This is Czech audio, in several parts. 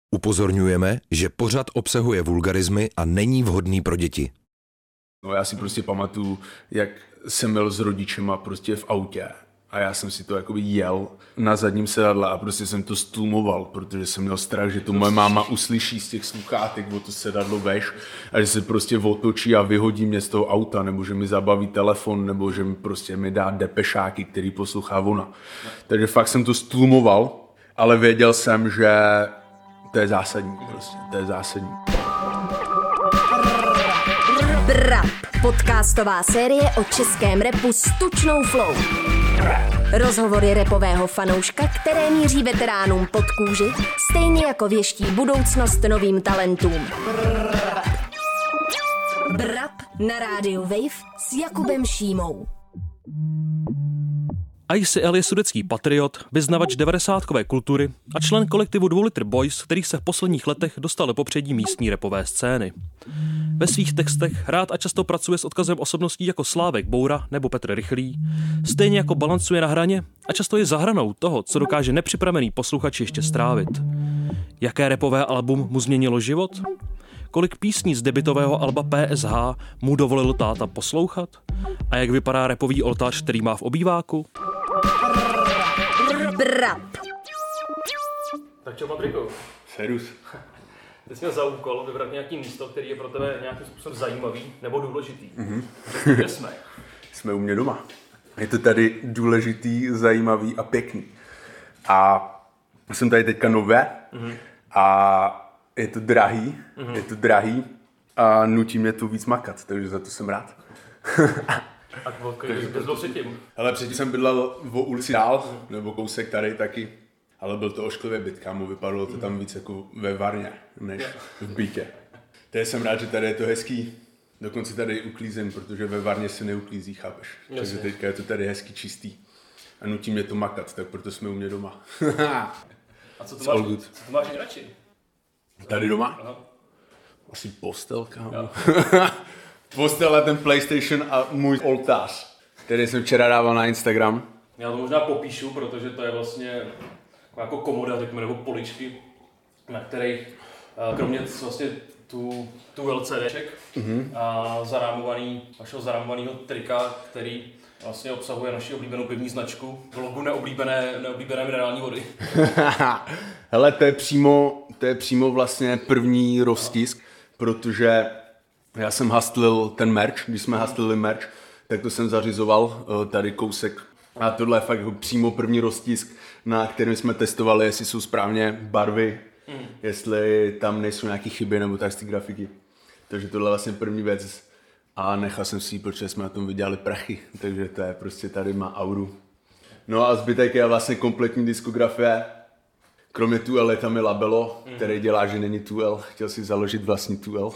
Upozorňujeme, že pořad obsahuje vulgarismy a není vhodný pro děti. No já si prostě pamatuju, jak jsem byl s rodičema prostě v autě a já jsem si to jakoby jel na zadním sedadle a prostě jsem to stlumoval, protože jsem měl strach, že to moje máma uslyší z těch sluchátek, o to sedadlo veš a že se prostě otočí a vyhodí mě z toho auta, nebo že mi zabaví telefon, nebo že mi prostě mi dá depešáky, který poslouchá ona. Takže fakt jsem to stlumoval, ale věděl jsem, že to je zásadní prostě, to je zásadní. Brap, podcastová série o českém rapu s tučnou flow. Rozhovory rapového fanouška, které míří veteránům pod kůži, stejně jako věští budoucnost novým talentům. Brap na rádiu Wave s Jakubem Šímou. ICL je sudetský patriot, vyznavač devadesátkové kultury a člen kolektivu 2 Litr Boys, který se v posledních letech dostal do popředí místní rapové scény. Ve svých textech rád a často pracuje s odkazem osobností jako Slávek Boura nebo Petr Rychlý, stejně jako balancuje na hraně a často je za hranou toho, co dokáže nepřipravený posluchač ještě strávit. Jaké rapové album mu změnilo život? Kolik písní z debutového alba PSH mu dovolil táta poslouchat? A jak vypadá rapový oltář, který má v obýváku? Brap. Tak čau, Patriku. Serus. Ty jsi měl za úkol vybrat nějaký místo, který je pro tebe nějakým způsobem zajímavý nebo důležitý. Kde jsme? Jsme u mě doma. Je to tady důležitý, zajímavý a pěkný. A jsem tady teďka nové a je to drahý a nutí mě tu víc makat, takže za to jsem rád. A kde byl předtím? Hele, předtím jsem bydlel o ulici dál, nebo kousek tady taky, ale byl to ošklivý byt, kámo, vypadalo to tam víc jako ve Varně, než v bytě. Teď jsem rád, že tady je to hezký, dokonce tady uklízím, protože ve Varně se neuklízí, chápeš? Takže teďka je to tady hezký, čistý a nutí mě to makat, tak proto jsme u mě doma. A co to máš nejradši? Tady doma? Aha. Asi postel, kámo. Postel a ten PlayStation a můj oltář, který jsem včera dával na Instagram. Já to možná popíšu, protože to je vlastně jako komoda, řekněme, nebo poličky, na kterých kromě vlastně tu LCDček a vašeho zarámovaného trika, který vlastně obsahuje naši oblíbenou pivní značku, v logu neoblíbené minerální vody. Hele, to je přímo vlastně první roztisk, protože já jsem hustlil ten merch, když jsme hustlili merch, tak to jsem zařizoval tady kousek. A tohle je fakt jako přímo první roztisk, na kterém jsme testovali, jestli jsou správně barvy, jestli tam nejsou nějaké chyby nebo tak z té grafiky. Takže tohle je vlastně první věc a nechal jsem si ji, protože jsme na tom vydělali prachy, takže to je prostě tady má auru. No a zbytek je vlastně kompletní diskografie. Kromě Tuel je tam i Labelo, který dělá, že není Tuel, chtěl si založit vlastní Tuel.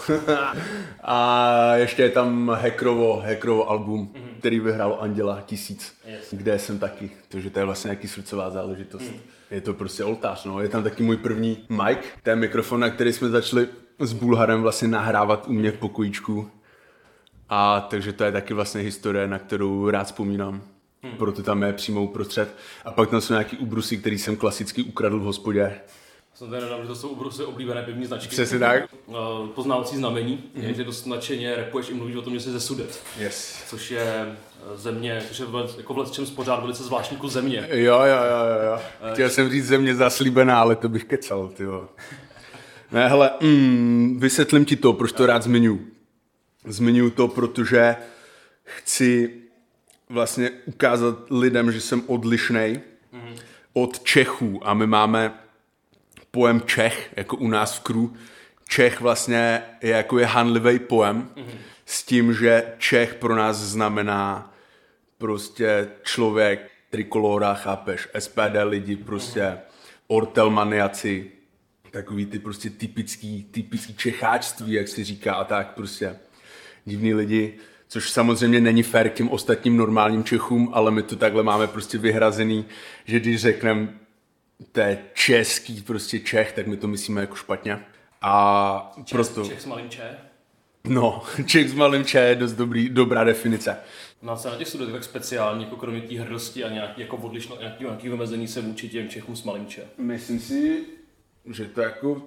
A ještě je tam Hackerovo album, který vyhrál Anděla 1000, kde jsem taky, takže to je vlastně nějaký srdcová záležitost. Je to prostě oltář, no. Je tam taky můj první mic, to je mikrofon, na který jsme začali s Bulharem vlastně nahrávat u mě v pokojíčku. A takže to je taky vlastně historie, na kterou rád vzpomínám. Proto tam je přímo uprostřed. A pak tam jsou nějaký ubrusy, který jsem klasicky ukradl v hospodě. Jsem tady nedal, že to jsou ubrusy oblíbené pivní značky. Přesně tak. Poznávací znamení je, že dost nadšeně rapuješ i mluvíš o tom, že jsi ze Sudet. Yes. Což je země, což je jako v lecčem pořád velice zvláštní kus země. Jo. Chtěl jsem říct země zaslíbená, ale to bych kecal, tyjo. Ne, hele, vysvětlím ti to, proč to rád zmiňuji. Zmiňuji to, protože chci vlastně ukázat lidem, že jsem odlišnej od Čechů a my máme pojem Čech, jako u nás v crew. Čech vlastně je hanlivý pojem s tím, že Čech pro nás znamená prostě člověk, trikolora, chápeš, SPD lidi, prostě ortelmaniaci, takový ty prostě typický čecháčství, jak se říká a tak prostě divný lidi. Což samozřejmě není fér k těm ostatním normálním Čechům, ale my to takhle máme prostě vyhrazený, že když řekneme to je český prostě Čech, tak my to myslíme jako špatně. A Čech s malým Č? No, Čech s malým Č je dost dobrá definice. Má se na těch studentech tak speciálně, jako kromě té hrdosti a nějaký jako odlišno, nějaký vymezení se vůči těm Čechům s malým Č? Myslím si, že to jako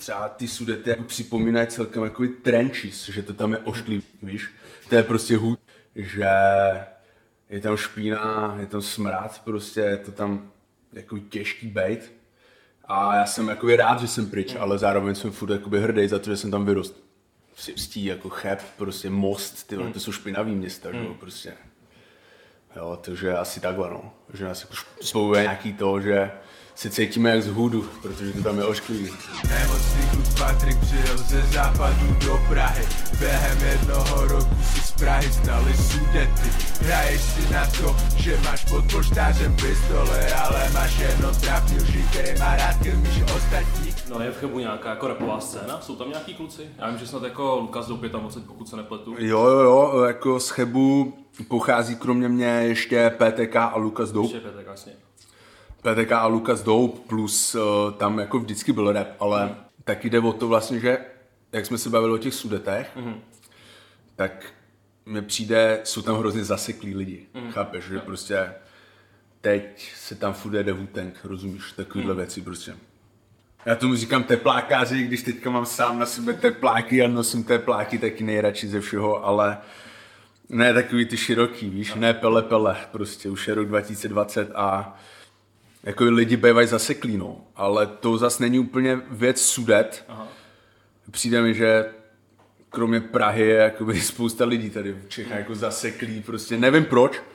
třeba ty Sudety jako připomínají celkem jako trenches, že to tam je ošklivý, víš? To je prostě hud, že je tam špína, je tam smrad, prostě je to tam jako těžký bejt. A já jsem jako rád, že jsem pryč, ale zároveň jsem furt jakoby hrdý za to, že jsem tam vyrost. Pstí jako Cheb, prostě Most, tyhle, to jsou špinavý města, že jo, prostě. Jo, takže asi takhle, no. Že nás jako spojuje nějaký to, že se cítíme jak z Hudu, protože to tam je ošklivý. Nemocný kluk Patrik přijel ze západu do Prahy. Během jednoho roku si z Prahy stali Sudety. Hraješ si na to, že máš pod poštářem pistole, ale máš jenom trapný lži, který má rád krmíš ostatní. No je v Chebu nějaká jako rapová scéna? Jsou tam nějaký kluci? Já vím, že snad jako Lukas Doub je tam odsaď, pokud se nepletu. Jo, jako z Chebu pochází kromě mě ještě PTK a Lukas Doub. Ještě PTK, jasně. PTK a Lukas Doub plus tam jako vždycky byl rap, ale taky jde o to vlastně, že jak jsme se bavili o těch Sudetech, tak mi přijde, jsou tam hrozně zaseklí lidi, chápeš, že prostě teď se tam furt jede Wu-Tang, rozumíš, takovýhle věci prostě. Já tomu říkám teplákáři, když teďka mám sám na sebe tepláky a nosím tepláky taky nejradši ze všeho, ale ne takový ty široký, víš, ne pele, prostě už je rok 2020 a jako lidi bývají zaseklí, no, ale to zase není úplně věc Sudet. Aha. Přijde mi, že kromě Prahy je jakoby spousta lidí tady v Čechách jako zaseklí, prostě nevím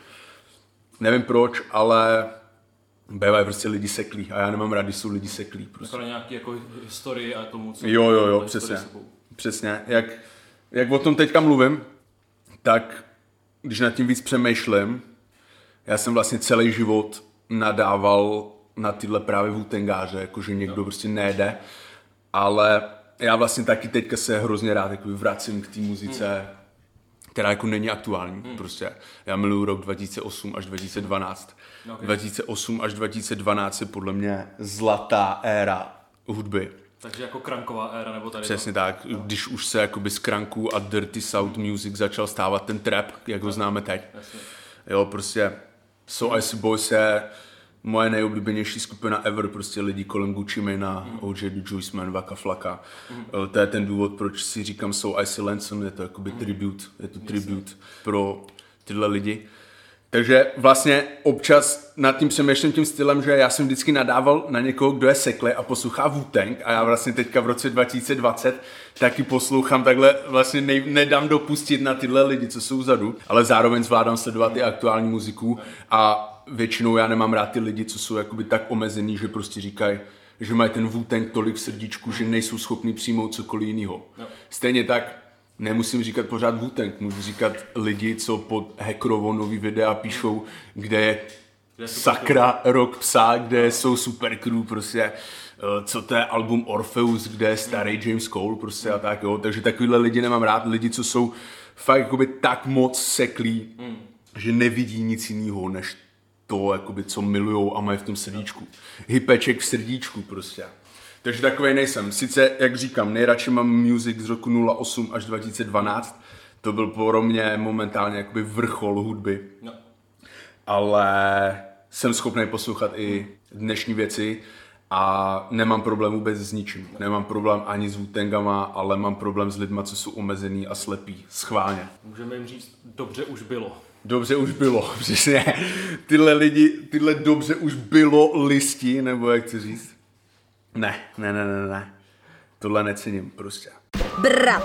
proč, ale bývají prostě lidi seklí a já nemám rád, když jsou lidi seklí. Prostě. Jako nějaký jako historii a tomu, co... Jo, přesně. Jak o tom teďka mluvím, tak když nad tím víc přemýšlím, já jsem vlastně celý život nadával na tyhle právě Wu-Tangáře, jakože někdo prostě nejde, ale já vlastně taky teďka se hrozně rád jako vracím k té muzice, která jako není aktuální, prostě. Já miluju rok 2008 až 2012. Okay. 2008 až 2012 je podle mě zlatá éra hudby. Takže jako kranková éra nebo tady? Přesně tak, když už se jakoby z kranků a dirty south music začal stávat ten trap, jak ho známe teď. Jasně. Jo, prostě So Icy Boys je moje nejoblíbenější skupina ever, prostě lidi kolem Gucci Mane'a, OJ the Juice Man, Waka Flocka. To je ten důvod, proč si říkám So Icy Lanson, je to jakoby tribute pro tyhle lidi. Takže vlastně občas nad tím přemýšlím tím stylem, že já jsem vždycky nadával na někoho, kdo je seklý a poslouchá Wu-Tang a já vlastně teďka v roce 2020 taky poslouchám takhle, vlastně nedám dopustit na tyhle lidi, co jsou vzadu, ale zároveň zvládám sledovat i aktuální muziku a většinou já nemám rád ty lidi, co jsou jakoby tak omezený, že prostě říkají, že mají ten Wu-Tang tolik v srdíčku, že nejsou schopni přijmout cokoliv jiného. Stejně tak nemusím říkat pořád Wu-Tang, můžu říkat lidi, co pod Hackerovo nový videa píšou, kde je sakra Rok psa, kde jsou super crew, prostě, co to je album Orpheus, kde je starý James Cole, prostě a tak, jo. Takže takovýhle lidi nemám rád, lidi, co jsou fakt jakoby tak moc seklí, že nevidí nic jiného, než to, jakoby, co milujou a mají v tom srdíčku. Hypeček v srdíčku, prostě. Takže takovej nejsem. Sice, jak říkám, nejradši mám music z roku 08 až 2012. To byl pro mě momentálně jakoby vrchol hudby. No. Ale jsem schopný poslouchat i dnešní věci a nemám problém vůbec s ničím. Nemám problém ani s Wu-Tangama, ale mám problém s lidma, co jsou omezený a slepí. Schválně. Můžeme jim říct, dobře už bylo. Dobře už bylo, přesně. Tyhle lidi, tyhle dobře už bylo listi, nebo jak chci říct. Ne. Tohle necením prostě. Brap.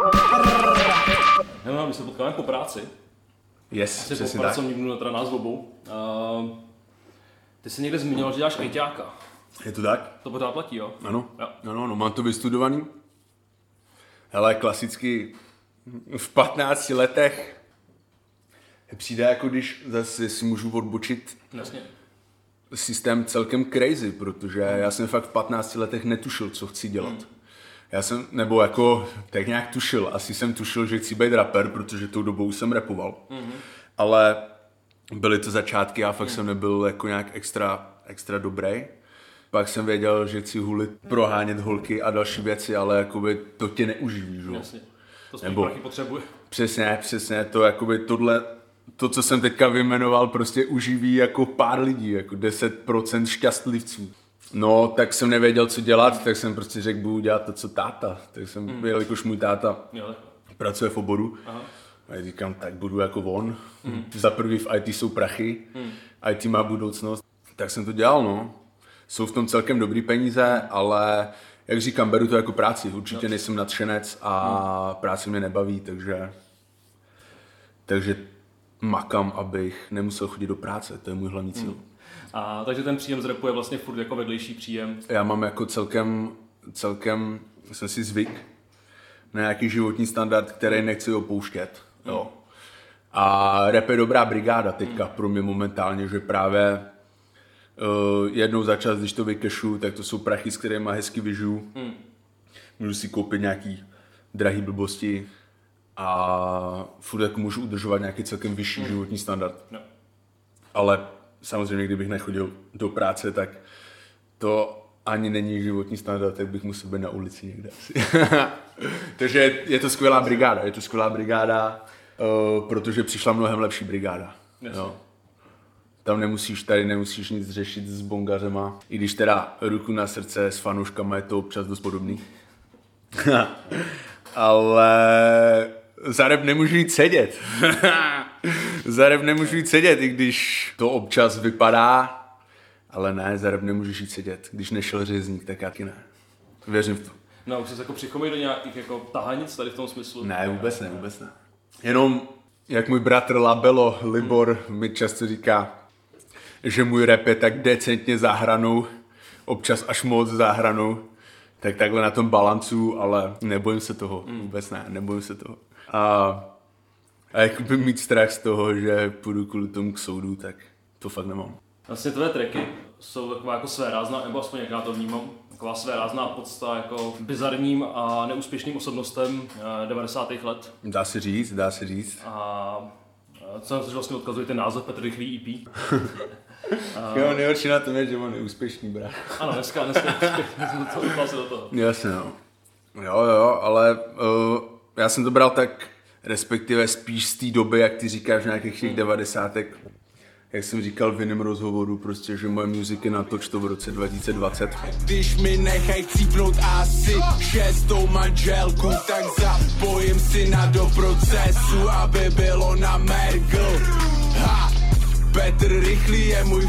No, my se potkáme po práci. Yes, přesně tak. Po pracovním teda nás obou. Ty jsi někde zmínil, že děláš ajťáka. Je to tak? To pořád platí, jo? Ano, mám to vystudovaný. Hele, klasicky v 15 letech přijde jako když zase si můžu odbočit. Jasně. Systém celkem crazy, protože já jsem fakt v 15 letech netušil, co chci dělat. Já jsem, nebo jako tak nějak tušil, asi jsem tušil, že chci být rapper, protože tou dobou jsem rapoval. Ale byly to začátky a fakt jsem nebyl jako nějak extra dobrý. Pak jsem věděl, že chci hulit, prohánět holky a další věci, ale jakoby to tě neuživí, že? Jasně, to spíš prachy potřebuje. Přesně, to jakoby tohle, to, co jsem teďka vyjmenoval, prostě uživí jako pár lidí, jako 10% šťastlivců. No, tak jsem nevěděl, co dělat, tak jsem prostě řekl, budu dělat to, co táta. Tak jsem, jelikož můj táta pracuje v oboru, a říkám, tak budu jako on. Za prvý v IT jsou prachy, IT má budoucnost, tak jsem to dělal, no. Jsou v tom celkem dobrý peníze, ale jak říkám, beru to jako práci. Určitě nejsem nadšenec a práce mě nebaví, takže makám, abych nemusel chodit do práce, to je můj hlavní cíl. A takže ten příjem z rapu je vlastně furt jako vedlejší příjem? Já mám jako celkem jsem si zvyk na nějaký životní standard, který nechci opouštět. Jo. A rap je dobrá brigáda teďka pro mě momentálně, že právě jednou za čas, když to vykešu, tak to jsou prachy, s kterými hezky vyžiju. Můžu si koupit nějaký drahý blbosti a furt jako můžu udržovat nějaký celkem vyšší životní standard. No. Ale samozřejmě, kdybych nechodil do práce, tak to ani není životní standard, tak bych musel být na ulici někde asi. Takže je to skvělá brigáda, protože přišla mnohem lepší brigáda. Jo. Tady nemusíš nic řešit s bongařema, i když teda ruku na srdce s fanouškama je to občas dost podobný. Ale za rap nemůžu jít sedět. I když to občas vypadá, ale ne, za rap nemůžeš jít sedět. Když nešel řezník, tak taky ne. Věřím v to. No, už jsi jako přichomej do nějakých jako tahanic tady v tom smyslu? Ne, vůbec ne. Jenom, jak můj bratr Labelo, Libor, mi často říká, že můj rap je tak decentně za hranou, občas až moc za hranou, tak takhle na tom balancu, ale nebojím se toho, vůbec ne, nebojím se toho. A jakoby mít strach z toho, že půjdu kvůli tomu k soudu, tak to fakt nemám. Vlastně tvoje tracky jsou taková jako svérázná, nebo aspoň jak já to vnímám, taková svérázná podsta jako bizarním a neúspěšným osobnostem 90. let. Dá se říct. A co vlastně odkazuje ten název Petr Rychlý EP. Jo, nejhorší na tom je, že on je úspěšný, brát. Ano, dneska to vypal se do toho. Jasně, no. Jo, ale já jsem to bral tak, respektive spíš z té doby, jak ty říkáš, nějakých těch 90. Jak jsem říkal v jiném rozhovoru, prostě, že moje music je natoč to v roce 2020. Když mi nechaj chcípnout asi 6. manželku, tak zapojím syna do procesu, aby bylo na Merkel. Ha! Petr Rychlý je můj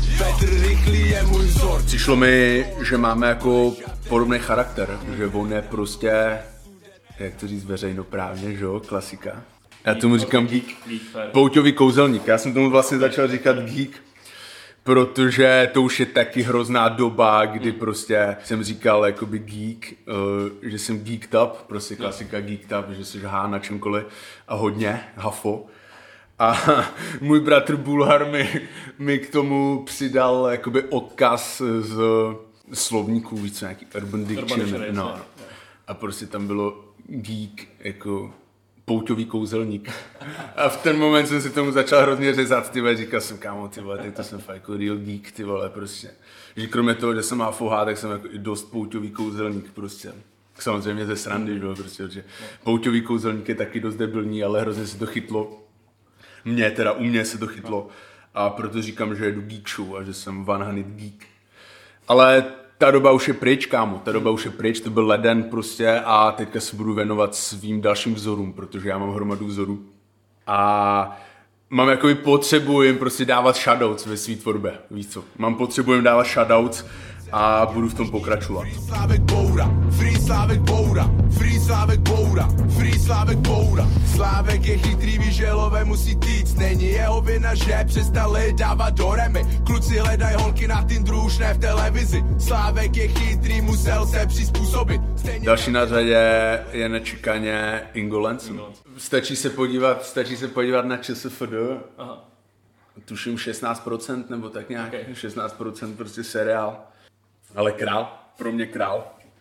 vzor. Přišlo mi, že máme jako podobný charakter, že on je prostě, jak to říct, veřejnoprávně, že jo, klasika. Já tomu říkám geek. Pouťový kouzelník. Já jsem tomu vlastně začal říkat geek, protože to už je taky hrozná doba, kdy prostě jsem říkal jakoby geek, že jsem geeked up, prostě klasika geeked up, že jsi há na čemkoliv a hodně, hafo. A můj bratr Bulhar mi k tomu přidal jakoby odkaz z slovníků, víc nějaký Urban Dictionary. No. A prostě tam bylo geek jako pouťový kouzelník. A v ten moment jsem si tomu začal hrozně řezat, ty vole, říkal jsem, kámo, ty vole, tak to jsem fakt jako real geek, ty vole, prostě. Že kromě toho, že jsem AFOH, tak jsem jako i dost pouťový kouzelník, prostě. Samozřejmě ze srandy, že prostě, že pouťový kouzelník je taky dost debilní, ale hrozně se to chytlo. U mě se to chytlo. A proto říkám, že jedu geek show a že jsem one-handed geek. Ale ta doba už je pryč, kámo, to byl leden prostě a teďka se budu věnovat svým dalším vzorům, protože já mám hromadu vzorů. A mám jakoby potřebu jim prostě dávat shoutouts ve svý tvorbě, víš co. Mám potřebu jim dávat shoutouts a budu v tom pokračovat. Slávek boura. Slávek je chytrý, výželové musí týct. Není jeho vina, že přestali dávat do remy. Kluci hledaj holky na Tinderu, už ne v televizi. Slávek je chytrý, musel se přizpůsobit. Další na řadě je nečekaně Ingo Lenson. Stačí se podívat na ČSFD. Aha. Tuším 16% nebo tak nějak. Okay. 16% prostě seriál. Ale pro mě král.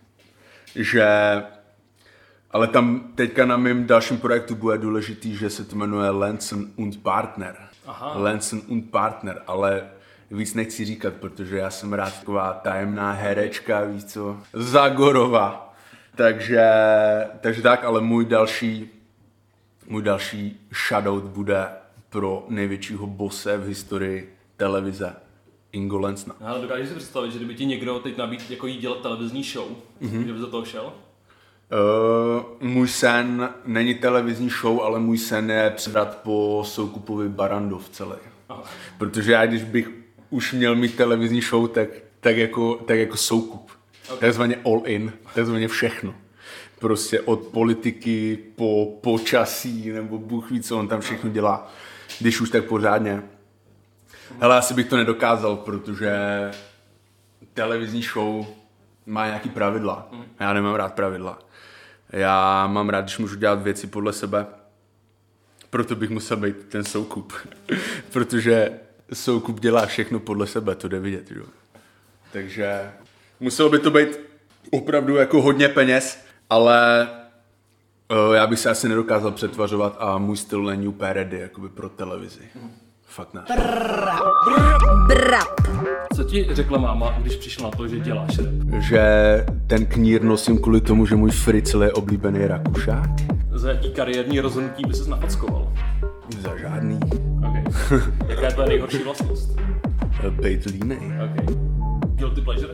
Ale tam teďka na mém dalším projektu bude důležitý, že se to jmenuje Lenson und Partner. Aha. Lenson und Partner, ale víc nechci říkat, protože já jsem rád taková tajemná herečka, víš co, Zagorova. Takže tak, ale můj další shoutout bude pro největšího bose v historii televize, Ingo Lenz. Ale dokážeš si představit, že kdyby ti někdo teď nabídl jako jít dělat televizní show, že by za toho šel? Můj sen není televizní show, ale můj sen je přebrat po Soukupovi Barrandov celý. Aha. Protože já, když bych už měl mít televizní show, tak jako Soukup. Okay. Takzvaně all in, takzvaně všechno. Prostě od politiky po počasí, nebo Bůh ví, co on tam všechno dělá. Když už tak pořádně. Hele, asi bych to nedokázal, protože televizní show má nějaký pravidla. Já nemám rád pravidla. Já mám rád, když můžu dělat věci podle sebe. Proto bych musel být ten Soukup. Protože Soukup dělá všechno podle sebe, to jde vidět. Jo. Takže muselo by to být opravdu jako hodně peněz, ale já bych se asi nedokázal přetvařovat a můj styl není úplně ready jakoby pro televizi. Fakt ne. Brap. Co ti řekla máma, když přišla na to, že děláš rap? Že ten knír nosím kvůli tomu, že můj fricl je oblíbený Rakušák. Za jaký kariérní rozhodnutí by ses nafackoval? Za žádný. Okay. Jaká je tvoje nejhorší vlastnost? Bejt línej. Okay. Guilty pleasure?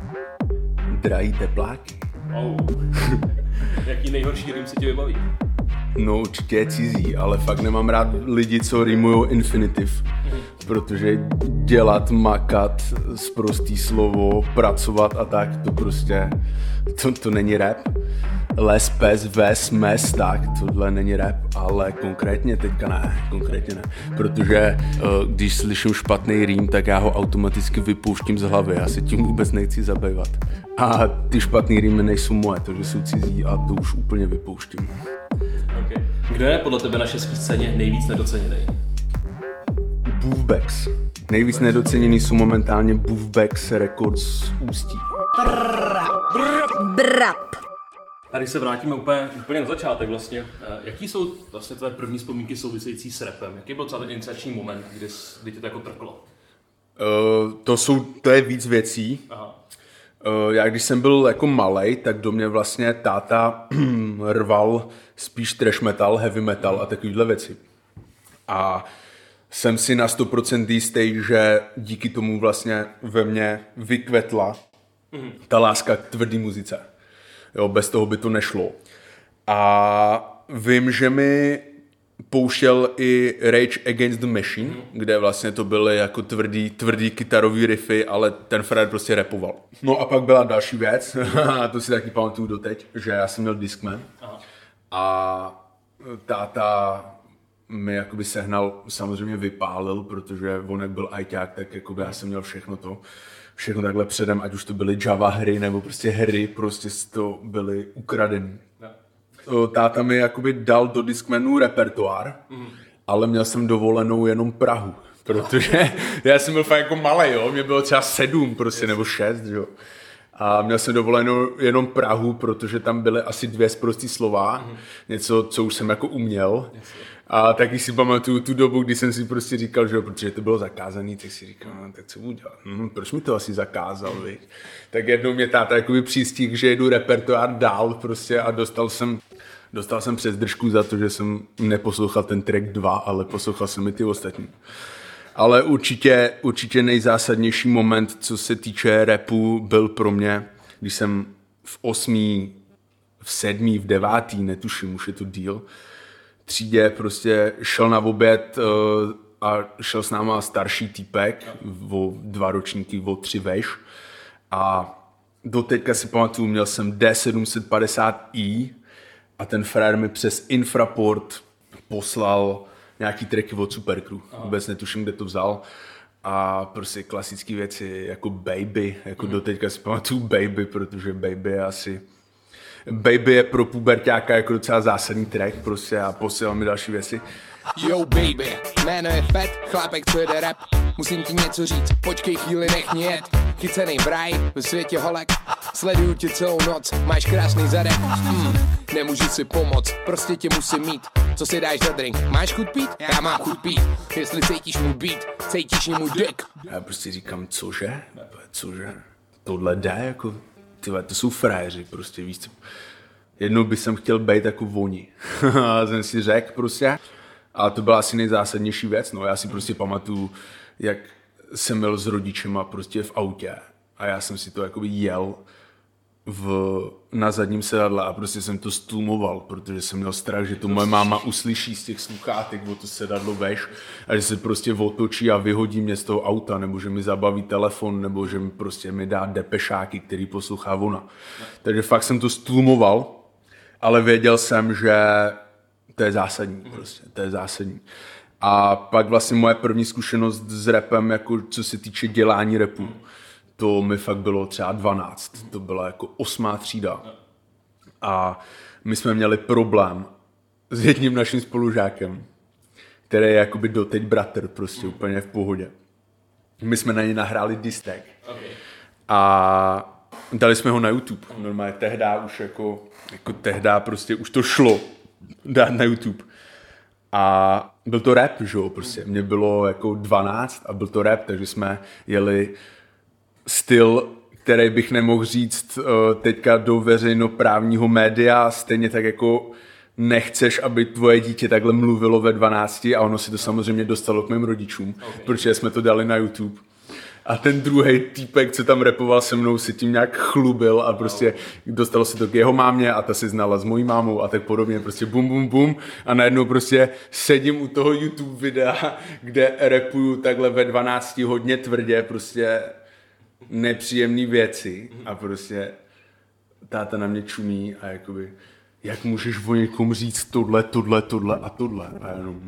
Drahý tepláky. Oh. Jaký nejhorší rým se ti vybaví? No určitě je cizí, ale fakt nemám rád lidi, co rýmujou infinitiv. Protože dělat, makat, sprostý slovo, pracovat a tak, to prostě, to není rap. Les, pes, ves, mes, tak, tohle není rap, ale konkrétně teďka ne, protože když slyším špatný rým, tak já ho automaticky vypouštím z hlavy, já se tím vůbec nechci zabývat. A ty špatný rýmy nejsou moje, takže jsou cizí a to už úplně vypouštím. Okay. Kdo je podle tebe na české scéně nejvíc nedoceněný? Boofbacks. Nejvíc nedoceněný jsou momentálně Boofbacks Records z Ústí. Brap. A když se vrátíme úplně na začátek vlastně, jaký jsou vlastně tvé první vzpomínky související s rapem? Jaký byl třeba ten iniciační moment, kdy tě to jako trklo? To je víc věcí. Aha. Já když jsem byl jako malej, tak do mě vlastně táta rval spíš trash metal, heavy metal a takovýhle věci. A jsem si na 100% jistý, že díky tomu vlastně ve mně vykvetla ta láska k tvrdý muzice. Jo, bez toho by to nešlo. A vím, že mi pouštěl i Rage Against the Machine, kde vlastně to byly jako tvrdý kytarový riffy, ale ten Fred prostě rapoval. No a pak byla další věc, a to si taky pamatuju doteď, že já jsem měl Discman. Aha. A táta mi jakoby sehnal, samozřejmě vypálil, protože on jak byl ajťák, tak jakoby já jsem měl všechno takhle předem, ať už to byly Java hry, nebo prostě hry, prostě to byly ukradený. Táta mi jakoby dal do Discmanu repertoár, ale měl jsem dovolenou jenom Prahu, protože já jsem byl fakt jako malej, jo, mě bylo třeba 7 prostě, nebo 6, jo. A měl jsem dovolenou jenom Prahu, protože tam byly asi 2 sprostý slova, něco, co už jsem jako uměl. A taky si pamatuju tu dobu, kdy jsem si prostě říkal, že jo, protože to bylo zakázaný, tak si říkal, no, tak co budu dělat? Proč mi to asi zakázal, viď? Tak jednou mě táta jakoby přístihl, že jedu repertoár dál prostě a dostal jsem přes držku za to, že jsem neposlouchal ten track 2, ale poslouchal jsem i ty ostatní. Ale určitě nejzásadnější moment, co se týče rapu, byl pro mě, když jsem v 8., v 7., v 9., netuším, už je to díl, třídě prostě šel na oběd a šel s náma starší týpek o 2 ročníky, o 3 vejš. A doteďka si pamatuju, měl jsem D750i a ten frajer mi přes Infraport poslal nějaký tracky od Supercrew. Vůbec netuším, kde to vzal. A prostě klasické věci jako Baby, jako doteďka si pamatuju Baby, protože Baby je pro puberťáka jako docela zásadní track prostě a posílal mi další věci. Yo baby, jméno je Fett, chlápek, co jede rap. Musím ti něco říct, počkej chvíli, nech mě jet. Chycenej v ráji, ve světě holek. Sleduju tě celou noc, máš krásný zadek. Nemůžu si pomoct, prostě tě musím mít. Co si dáš za drink, máš chuť pít? Já mám chuť pít. Jestli cítíš můj beat, cítíš i můj dick. Já prostě říkám, cože? Tohle jde jako, tyhle, to jsou frajeři, prostě víš co. Jednou bych jsem chtěl být jako oni. A jsem si řekl prostě. A to byla asi nejzásadnější věc, no já si prostě pamatuju, jak jsem byl s rodičema prostě v autě a já jsem si to jakoby jel na zadním sedadle a prostě jsem to stlumoval, protože jsem měl strach, že to moje máma uslyší z těch sluchátek, o to sedadlo veš a že se prostě otočí a vyhodí mě z toho auta, nebo že mi zabaví telefon, nebo že mi prostě mi dá depešáky, který poslouchá ona. Takže fakt jsem to stlumoval, ale věděl jsem, že to je zásadní, prostě, to je zásadní. A pak vlastně moje první zkušenost s rapem, jako co se týče dělání rapu, to mi fakt bylo třeba 12, to byla jako 8. třída. A my jsme měli problém s jedním naším spolužákem, který je jakoby doteď bratr, prostě úplně v pohodě. My jsme na něj nahráli diss track. A dali jsme ho na YouTube. Normálně tehda už jako tehda prostě už to šlo dát na YouTube. A byl to rap, že jo, prostě. Mně bylo jako 12 a byl to rap, takže jsme jeli styl, který bych nemohl říct teďka do veřejnoprávního média, stejně tak jako nechceš, aby tvoje dítě takhle mluvilo ve 12 a ono si to samozřejmě dostalo k mým rodičům, protože jsme to dali na YouTube. A ten druhej týpek, co tam rapoval se mnou, si tím nějak chlubil a prostě dostalo se to k jeho mámě a ta si znala s mojí mámou a tak podobně, prostě bum, bum, bum a najednou prostě sedím u toho YouTube videa, kde rapuju takhle ve 12 hodně tvrdě, prostě nepříjemné věci a prostě táta na mě čumí a jakoby, jak můžeš o někom říct tohle a tohle a já jenom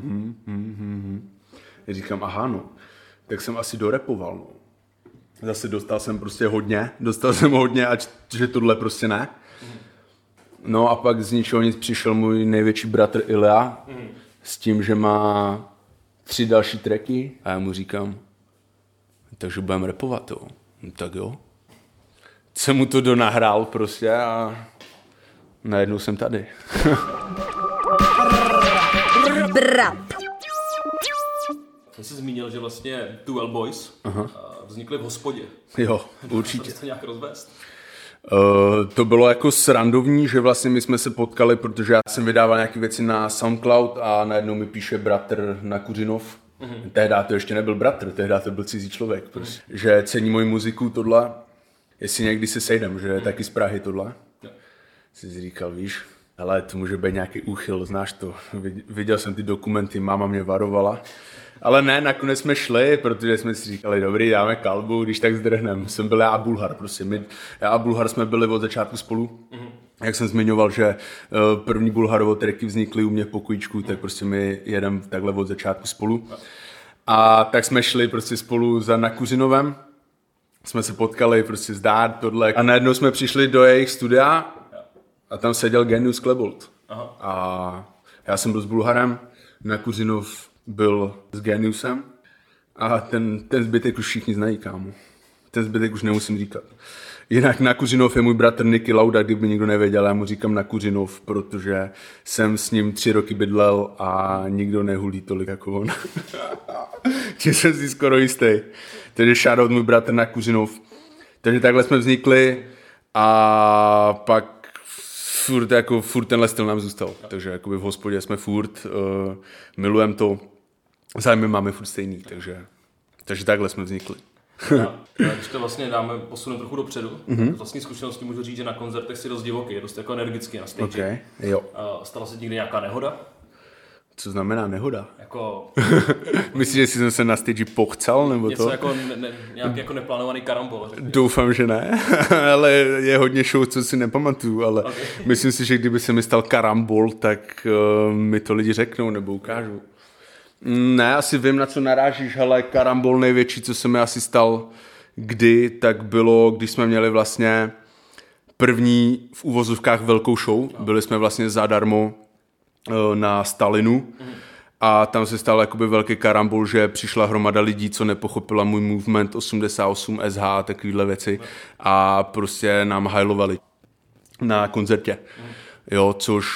Já říkám, aha no, tak jsem asi dorapoval, no. Zase dostal jsem hodně a že tohle prostě ne. No a pak z ničeho nic přišel můj největší bratr Ilja s tím, že má 3 další tracky a já mu říkám, takže budeme rapovat, jo. No, tak jo. Jsem mu to donahrál prostě a najednou jsem tady. Brap. Jsem si zmínil, že vlastně Duel Boys vznikly v hospodě. Jo, určitě. Můžete to nějak rozvést? To bylo jako srandovní, že vlastně my jsme se potkali, protože já jsem vydával nějaké věci na SoundCloud a najednou mi píše bratr Nakuřinov. Tehdy to ještě nebyl bratr, tehdy to byl cizí člověk. Prostě. Že cení moji muziku tohle, jestli někdy se sejdem, že je taky z Prahy tohle. Jsi si říkal, víš, ale to může být nějaký úchyl, znáš to. Viděl jsem ty dokumenty, máma mě varovala. Ale ne, nakonec jsme šli, protože jsme si říkali, dobrý, dáme kalbu, když tak zdrhnem. Jsem byl já a Bulhar, prostě. Já a Bulhar jsme byli od začátku spolu. Jak jsem zmiňoval, že první Bulharovo tracky vznikly u mě v pokojíčku, tak prostě my jedeme takhle od začátku spolu. A tak jsme šli prostě spolu za Nakuřinovem. Jsme se potkali, prostě zdát tohle. A najednou jsme přišli do jejich studia a tam seděl Genius Klebold. A já jsem byl s Bulharem, Nakuřinov byl s Geniusem a ten zbytek už všichni znají, kámo. Ten zbytek už nemusím říkat. Jinak Nakuřinov je můj bratr Niky Lauda, kdyby nikdo nevěděl, já mu říkám Nakuřinov, protože jsem s ním 3 roky bydlel a nikdo nehulí tolik jako on. Tím jsem si skoro jistý. Takže shoutout můj bratr Nakuřinov. Takže takhle jsme vznikli a pak furt tenhle styl nám zůstal. Takže jakoby v hospodě jsme furt, milujeme to, zájmy máme furt stejný, takže takhle jsme vznikli. Když to vlastně dáme posunout trochu dopředu, z vlastní zkušenosti můžu říct, že na koncertech si dost divoký, je dost jako energický na stage. Okay, jo. Stala se někdy nějaká nehoda? Co znamená nehoda? Jako... Myslíš, že jsi se na stage pochcal, nebo něco to? Jako nějak jako neplánovaný karambol. Doufám, že ne, ale je hodně show, co si nepamatuju, ale myslím si, že kdyby se mi stal karambol, tak mi to lidi řeknou nebo ukážou. Ne, asi vím, na co narážíš, ale karambol největší, co se mi asi stal kdy, tak bylo, když jsme měli vlastně první v uvozovkách velkou show. Byli jsme vlastně zadarmo na Stalinu a tam se stal jakoby velký karambol, že přišla hromada lidí, co nepochopila můj movement 88 SH a takovýhle věci a prostě nám hajlovali na koncertě. Jo,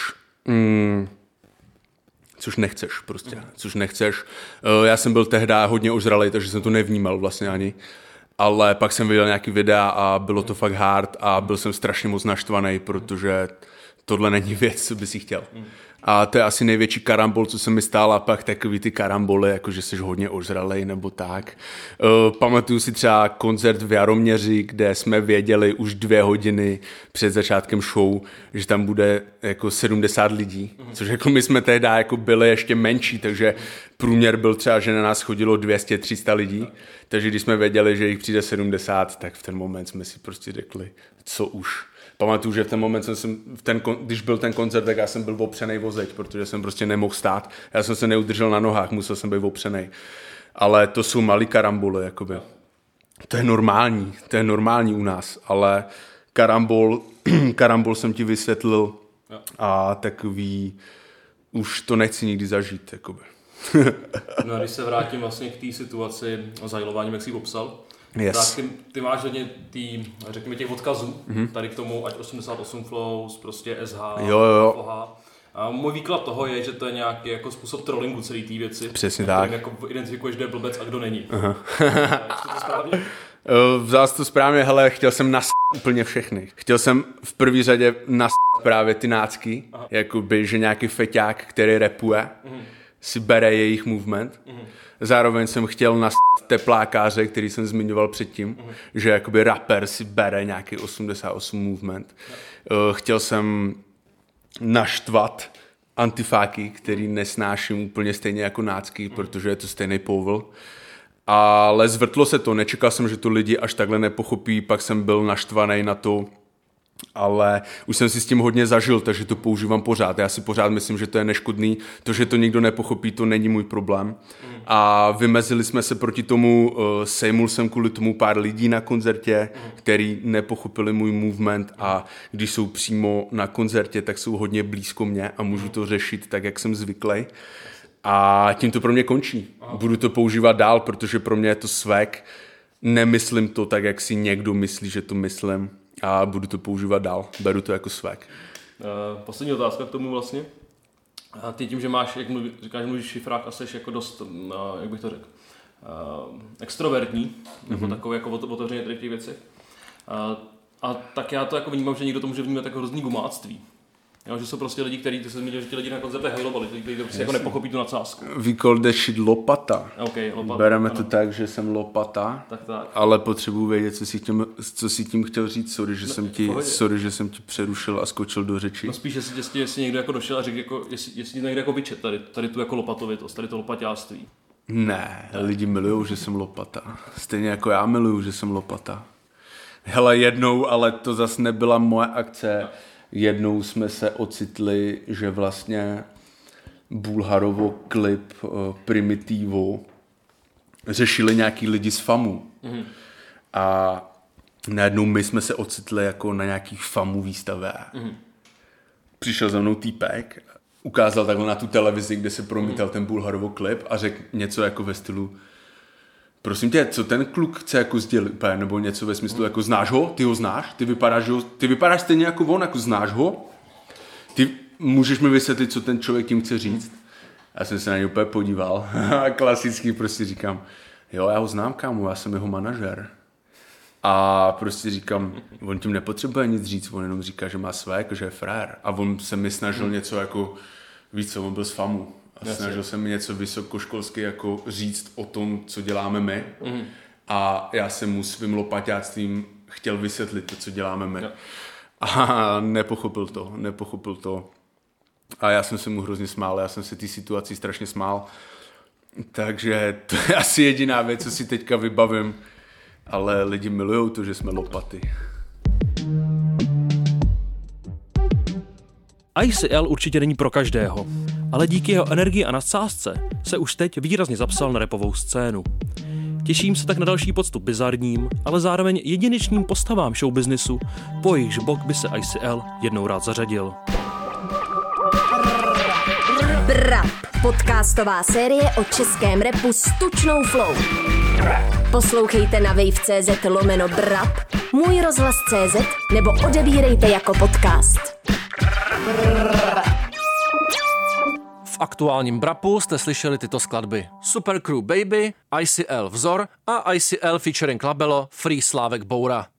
což nechceš prostě, Já jsem byl tehdy hodně ožralej, takže jsem to nevnímal vlastně ani. Ale pak jsem viděl nějaký videa a bylo to fakt hard a byl jsem strašně moc naštvaný, protože tohle není věc, co by si chtěl. A to je asi největší karambol, co se mi stál, a pak takový ty karamboly, jako že jsi hodně ožralej nebo tak. Pamatuju si třeba koncert v Jaroměři, kde jsme věděli už 2 hodiny před začátkem show, že tam bude jako 70 lidí, což jako my jsme tehdy jako byli ještě menší, takže průměr byl třeba, že na nás chodilo 200-300 lidí, takže když jsme věděli, že jich přijde 70, tak v ten moment jsme si prostě řekli, co už. Pamatuju, že v ten moment když byl ten koncert, tak já jsem byl opřenej o zeď, protože jsem prostě nemohl stát. Já jsem se neudržel na nohách, musel jsem být opřenej. Ale to jsou malý karamboly, jakoby. To je normální u nás, ale karambol jsem ti vysvětlil a takový už to nechci nikdy zažít, jakoby. No a když se vrátím vlastně k té situaci o zajlování, jak jsi popsal, Yes. tak ty máš hodně řekněme těch odkazů, tady k tomu, ať 88 Flows, prostě SH, OH. A můj výklad toho je, že to je nějaký jako způsob trollingu celé té věci. Přesně tak. Jako identifikuješ, kdo je blbec a kdo není. To správně? Vzal jsi to správně, hele, chtěl jsem úplně všechny. Chtěl jsem v první řadě právě ty nácky, jakoby, že nějaký feťák, který rapuje, si bere jejich movement. Zároveň jsem chtěl teplákáře, který jsem zmiňoval předtím, že jakoby rapper si bere nějaký 88 movement. Chtěl jsem naštvat antifáky, který nesnáším úplně stejně jako nácky, protože je to stejný povel. Ale zvrtlo se to, nečekal jsem, že to lidi až takhle nepochopí, pak jsem byl naštvaný na to, ale už jsem si s tím hodně zažil, takže to používám pořád. Já si pořád myslím, že to je neškodný. To, že to nikdo nepochopí, to není můj problém. A vymezili jsme se proti tomu, sejmul jsem kvůli tomu pár lidí na koncertě, který nepochopili můj movement, a když jsou přímo na koncertě, tak jsou hodně blízko mě a můžu to řešit tak, jak jsem zvyklý. A tím to pro mě končí. Budu to používat dál, protože pro mě je to swag. Nemyslím to tak, jak si někdo myslí, že to myslím. A budu to používat dál. Beru to jako swag. Poslední otázka k tomu vlastně. A ty tím, že máš, jak říkáš, mluvíš šifrák a jsi jako dost, jak bych to řekl, extrovertní, nebo takový jako otevřeně tady v těch věcech. A tak já to jako vnímám, že někdo to může vnímat jako hrozný gumáctví. Jo, že jsou prostě lidi, kteří, ty se zmínil, že ti lidi na koncertech hejlovali, kteří prostě jako nepochopí tu nadsázku. We call that shit lopata. Okay, lopata. Bereme to tak, že jsem lopata, tak. Ale potřebuji vědět, co si tím chtěl říct. Sorry, že jsem ti přerušil a skočil do řeči. No spíš, jestli někdo jako došel a řekl, jako, jestli někdo jako vyčet tady tu jako lopatovitost, tady to lopaťáctví. Ne, lidi milujou, že jsem lopata. Stejně jako já miluju, že jsem lopata. Hele, jednou, ale to zas nebyla moje akce. Jednou jsme se ocitli, že vlastně Bulharovo klip Primitivo řešili nějaký lidi z FAMu. A najednou my jsme se ocitli jako na nějakých FAMu výstavě. Přišel za mnou týpek, ukázal takhle na tu televizi, kde se promítal ten Bulharovo klip a řekl něco jako ve stylu: prosím tě, co ten kluk chce jako sdělit, nebo něco ve smyslu, jako znáš ho, ty ho znáš, ty vypadáš stejně jako on, jako znáš ho, ty můžeš mi vysvětlit, co ten člověk tím chce říct. Já jsem se na něj úplně podíval a klasicky prostě říkám, jo, já ho znám, kámo, já jsem jeho manažer. A prostě říkám, on tím nepotřebuje nic říct, on jenom říká, že má své, jako že je frér. A on se mi snažil něco jako, víc co, on byl z FAMu. A snažil jsem mi něco vysokoškolsky jako říct o tom, co děláme my. A já jsem mu svým lopaťáctvím chtěl vysvětlit to, co děláme my. A nepochopil to. A já jsem se mu hrozně smál, já jsem se té situaci strašně smál. Takže to je asi jediná věc, co si teďka vybavím. Ale lidi milujou to, že jsme lopaty. ICL určitě není pro každého, ale díky jeho energii a nadsázce se už teď výrazně zapsal na rapovou scénu. Těším se tak na další poctu bizarním, ale zároveň jedinečným postavám showbiznisu, po jejichž bok by se ICL jednou rád zařadil. Brap, podcastová série o českém rapu s tučnou flow. Poslouchejte na wave.cz/brap, můj rozhlas.cz nebo odebírejte jako podcast. V aktuálním Brapu jste slyšeli tyto skladby: Super Crew Baby, ICL Vzor a ICL featuring Labelo Free Slávek Boura.